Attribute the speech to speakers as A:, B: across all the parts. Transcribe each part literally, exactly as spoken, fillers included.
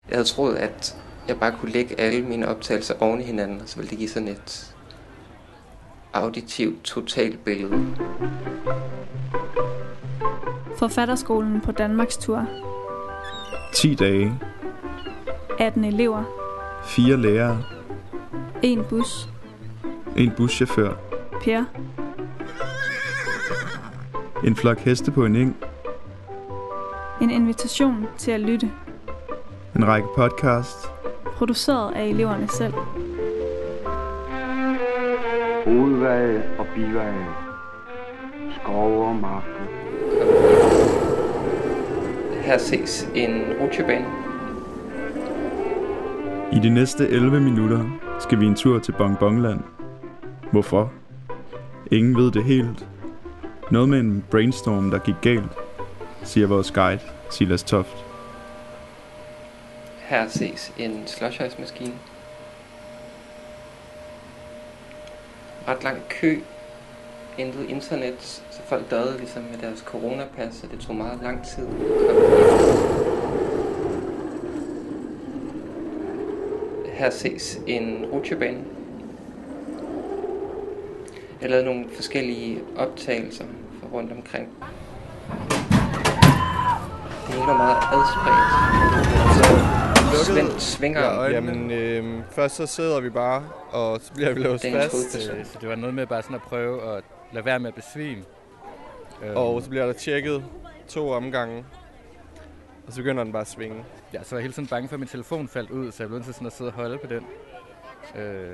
A: Jeg havde troet, at jeg bare kunne lægge alle mine optagelser oven i hinanden, og så ville det give sådan et auditivt totalbillede.
B: Forfatterskolen på Danmarks tur.
C: ti dage.
B: atten elever.
C: fire lærere.
B: En bus.
C: En buschauffør.
B: Per.
C: En flok heste på en eng.
B: En invitation til at lytte.
C: En række podcast.
B: Produceret af eleverne selv.
D: Hovedveje og biveje. Skove og marker.
A: Her ses en rutsjebane.
C: I de næste elleve minutter skal vi en tur til Bonbonland. Hvorfor? Ingen ved det helt. Noget med en brainstorm, der gik galt, siger vores guide, Silas Toft.
A: Her ses en slushhouse-maskine. Ret lang kø. Intet internet, så folk døde ligesom med deres coronapas, så det tog meget lang tid. Her ses en rutsjebane. Jeg lavede nogle forskellige optagelser fra rundt omkring. Det hele var meget adspredt. Så Svend svinger.
E: Ja, jamen, øh, først så sidder vi bare, og så bliver vi låst fast.
F: Øh, så det var noget med bare sådan at prøve at lade være med at besvime.
E: Og så bliver der tjekket to omgange, og så begynder den bare at svinge.
F: Ja, så var jeg hele tiden bange for, at min telefon faldt ud, så jeg blev nødt til sådan at sidde og holde på den. Øh.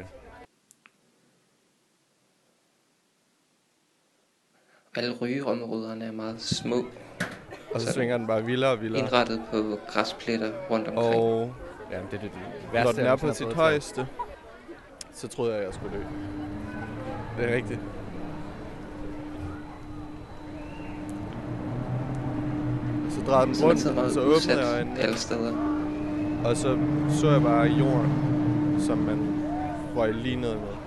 A: Alle rygeområderne er meget små.
E: Og så, så svinger den bare vildere og vildere.
A: Indrettet på græspletter rundt omkring.
E: Og
F: ja, det, det, det, det
E: værste,
F: når
E: den er på sit højeste, så troede jeg, at jeg skulle dø. Det er rigtigt. Så drejede den rundt, og så åbnede jeg øjnene.
A: Alle steder.
E: Og så så jeg bare jorden, som man røg lige ned med.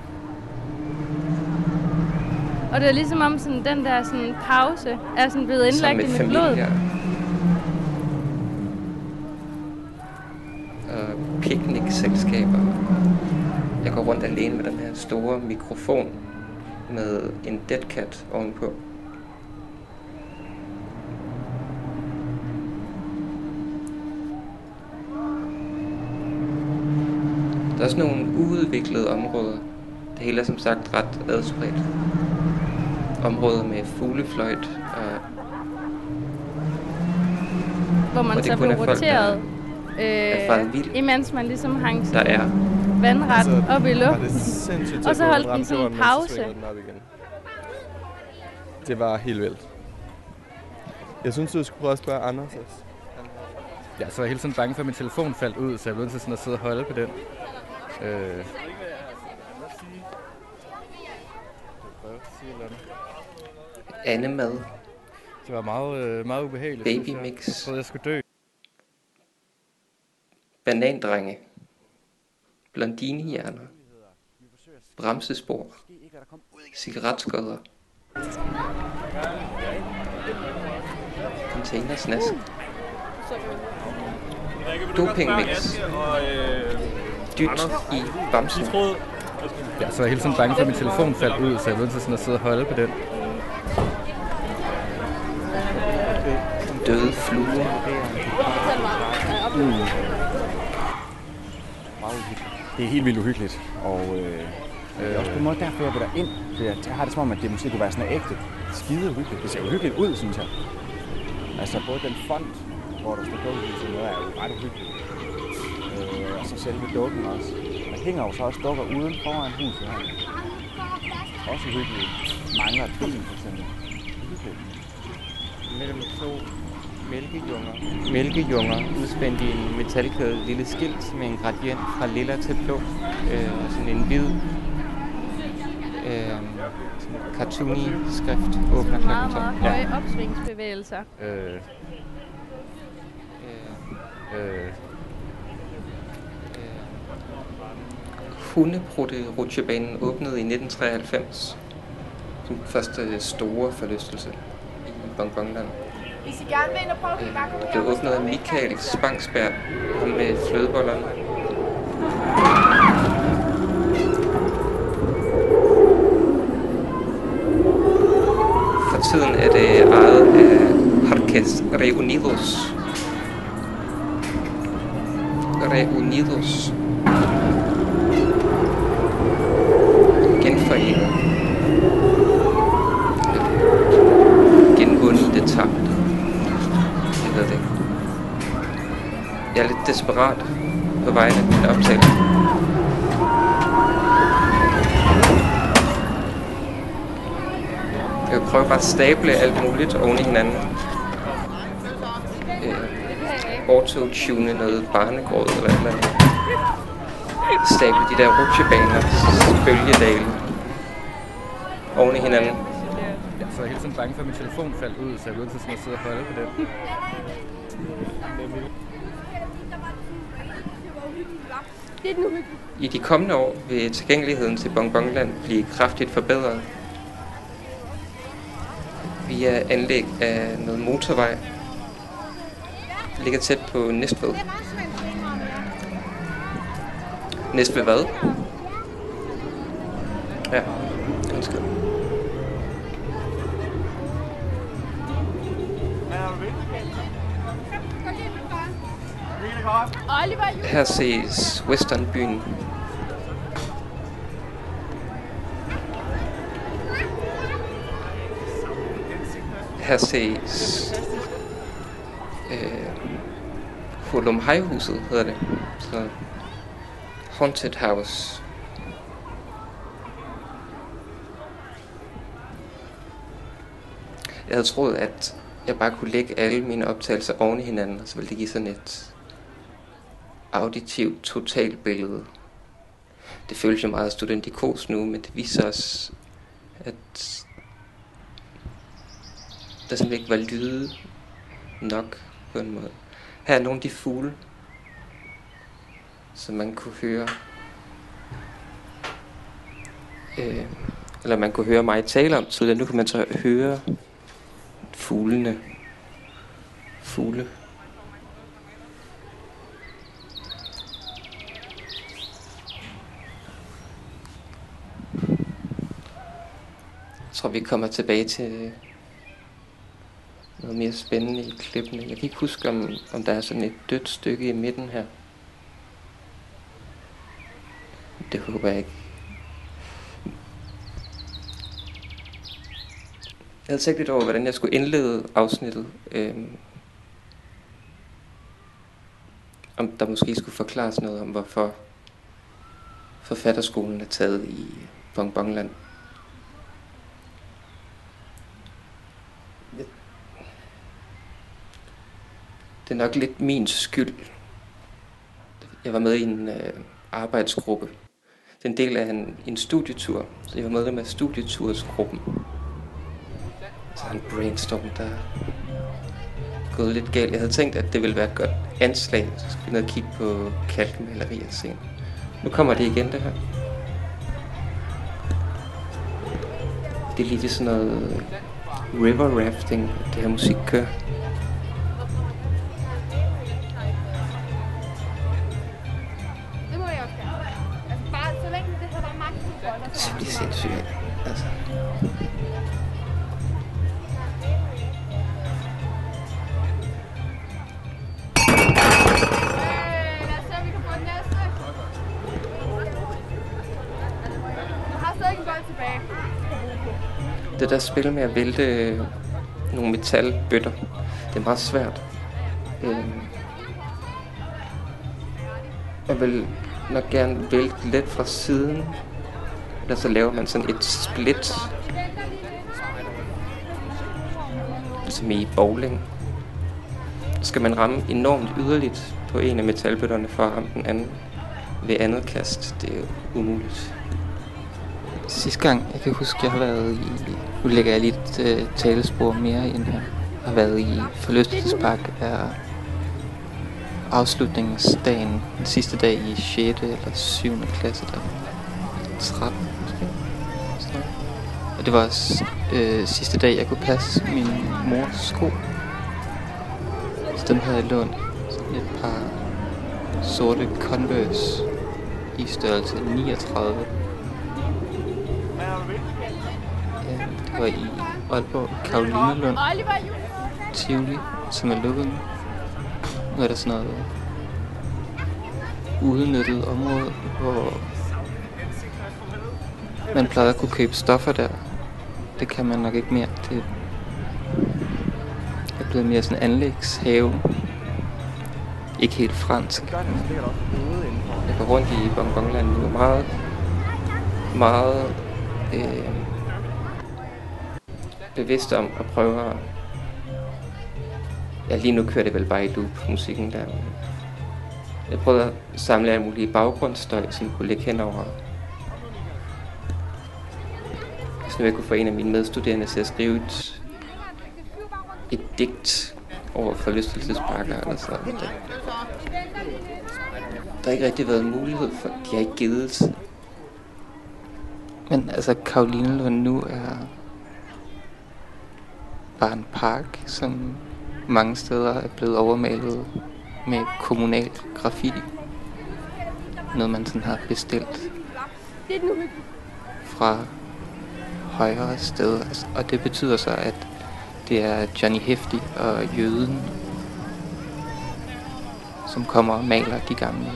G: Og det er ligesom om sådan, den der sådan, pause er sådan blevet indlagt i mit blod.
A: Og piknikselskaber. Jeg går rundt alene med den her store mikrofon med en dead cat ovenpå. Der er også nogle uudviklede områder. Det hele er som sagt ret adspredt. Områder med fuglefløjt og
G: hvor man så blev roteret,
A: øh,
G: imens man ligesom hang
A: der er
G: vandret altså, op i luften.
E: Og
G: så holdt den sådan en pause.
E: Det var helt vildt. Jeg synes, du skulle prøve at spørge Anders også.
F: Ja, så var jeg hele tiden bange for, at min telefon faldt ud, så jeg blev nødt til sådan at sidde og holde på den. Øh.
A: Andemad.
F: Det var meget, meget ubehageligt.
A: Babymix.
F: Jeg troede, jeg skulle dø.
A: Banandrenge. Blondinehjerner. Bremsespor. Cigaretskodder. Containersnask. Dopingmix. Dyt i bamsen.
F: Ja, så var jeg hele tiden bange for, at min telefon faldt ud, så jeg blev nødt til sådan at sidde og holde på den.
A: Døde fluer.
H: Mm. Det er helt vildt uhyggeligt, og øh, det er også på en måde derfor, jeg vil derind. For jeg har det som om, at det måske kunne være sådan ægte skide uhyggeligt. Det ser uhyggeligt ud, synes jeg. Altså både den font, hvor der står dukkehuset, noget er jo ret uhyggeligt. Øh, og så selve dukken også. Der hænger jo så også dukker uden foran huset her. Også uhyggeligt. Mangler et ben, for eksempel. Uhyggeligt.
A: Mellem to mælkejunger. Mælkejunger udspændt i en metalkædet lille skilt med en gradient fra lilla til blå. Øh, sådan en hvid øh, cartoony skrift åbner klokken
G: meget, meget høje ja. opsvingsbevægelser.
F: Øh.
A: Øh. Øh. Hundeprutte-rutsjebanen åbnede i nitten treoghalvfems. Den første store forlystelse i Bonbonland.
I: Hvis I gerne vil ind og prøve, kan I bare komme
A: Det er åbnet af Michael Spangsberg, ham med flødebollerne. For tiden er det ejet af Parques Reunidos. Reunidos. Genforenet. Genvundet det tabt. Jeg ved det ikke. Jeg er lidt desperat på vegne af mine optagelser. Jeg vil prøve bare at stable alt muligt oven i hinanden. Øh, Autotune noget barnegråd eller et eller andet. Stable de der rutsjebaner, bølgedale oven i hinanden.
F: Så jeg er hele tiden bange for, at min telefon faldt ud, så jeg er nødt til sådan at sidde og holde på den.
A: I de kommende år vil tilgængeligheden til Bonbonland blive kraftigt forbedret via anlæg af noget motorvej. Det ligger tæt på Næstved. Næstved hvad? Ja, undskyld. Her ses Westernbyen. Her ses øh, Hurlumhej-huset, hedder det. Så Haunted House. Jeg havde troet, at jeg bare kunne lægge alle mine optagelser oven i hinanden, og så ville det give sådan et auditivt totalbillede. Det føles jo meget studentikos nu, men det viser os, at der simpelthen ikke var lyde nok på en måde. Her er nogle af de fugle, som man kunne høre, øh, eller man kunne høre mig tale om tidligere. Nu kan man så høre fuglene. Fugle. Jeg tror, vi kommer tilbage til noget mere spændende i klippene. Jeg kan ikke huske, om, om der er sådan et dødt stykke i midten her. Det håber jeg ikke. Jeg havde tænkt lidt over, hvordan jeg skulle indlede afsnittet. Øhm, om der måske skulle forklares noget om, hvorfor forfatterskolen er taget i Bonbonland. Det er nok lidt min skyld. Jeg var med i en øh, arbejdsgruppe. Det er en del af en, en studietur, så jeg var medlem af studietursgruppen. Så en brainstorm, der er gået lidt galt. Jeg havde tænkt, at det ville være et godt anslag, så skulle vi ned og kigge på kalkmalerier senere. Nu kommer det igen, det her. Det er lige sådan noget river rafting, det her musik kører. Det bliver sindssygt, altså. Det der spil med at vælte nogle metalbøtter, det er meget svært. Jeg vil nok gerne vælte lidt fra siden. Og så laver man sådan et split, som i bowling. Så skal man ramme enormt yderligt på en af metalbøtterne for at ramme den anden ved andet kast. Det er umuligt. Sidste gang, jeg kan huske, jeg har været i... Nu lægger jeg lige et uh, talespor mere ind her. Jeg har været i forlystelsespark af afslutningsdagen, den sidste dag i sjette eller syvende klasse, der tretten måske. Og det var også øh, sidste dag, jeg kunne passe min mors sko. Dem havde jeg lånt sådan et par sorte Converse i størrelse niogtredive. Ja, det var i Aalborg, Karolinelund, Tivoli, som er lukket nu. Nu er der sådan noget udnyttet område, hvor man plejede at kunne købe stoffer der. Det kan man nok ikke mere. Det er blevet mere sådan en anlægshave. Ikke helt fransk. Jeg går rundt i Bonbonland nu. Meget, meget øh, bevidst om at prøve at... Ja, lige nu kører det vel bare i loop, musikken der. Jeg prøvede at samle alle mulige baggrundsstøj, som kunne ligge henover. Hvis nu jeg kunne få en af mine medstuderende til at skrive et, et digt over forlystelsesparker eller sådan. Der, der har ikke rigtig været mulighed for, de har ikke givet. Men altså, Karolinelund nu er bare en park, som mange steder er blevet overmalet med kommunal graffiti. Noget man sådan har bestilt fra højere steder. Og det betyder så, at det er Johnny Hefti og Jøden, som kommer og maler de gamle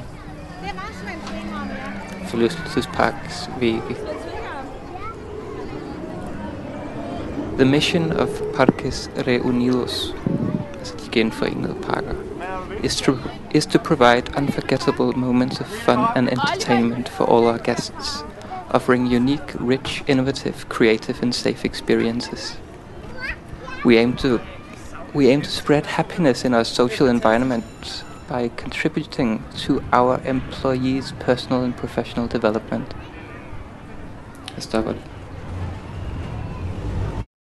A: forlystelsesparks vægge. The mission of Parques Reunidos, altså de genforenede parker, is to, is to provide unforgettable moments of fun and entertainment for all our guests, offering unique, rich, innovative, creative and safe experiences. We aim to we aim to spread happiness in our social environment by contributing to our employees' personal and professional development. Jeg stopper det.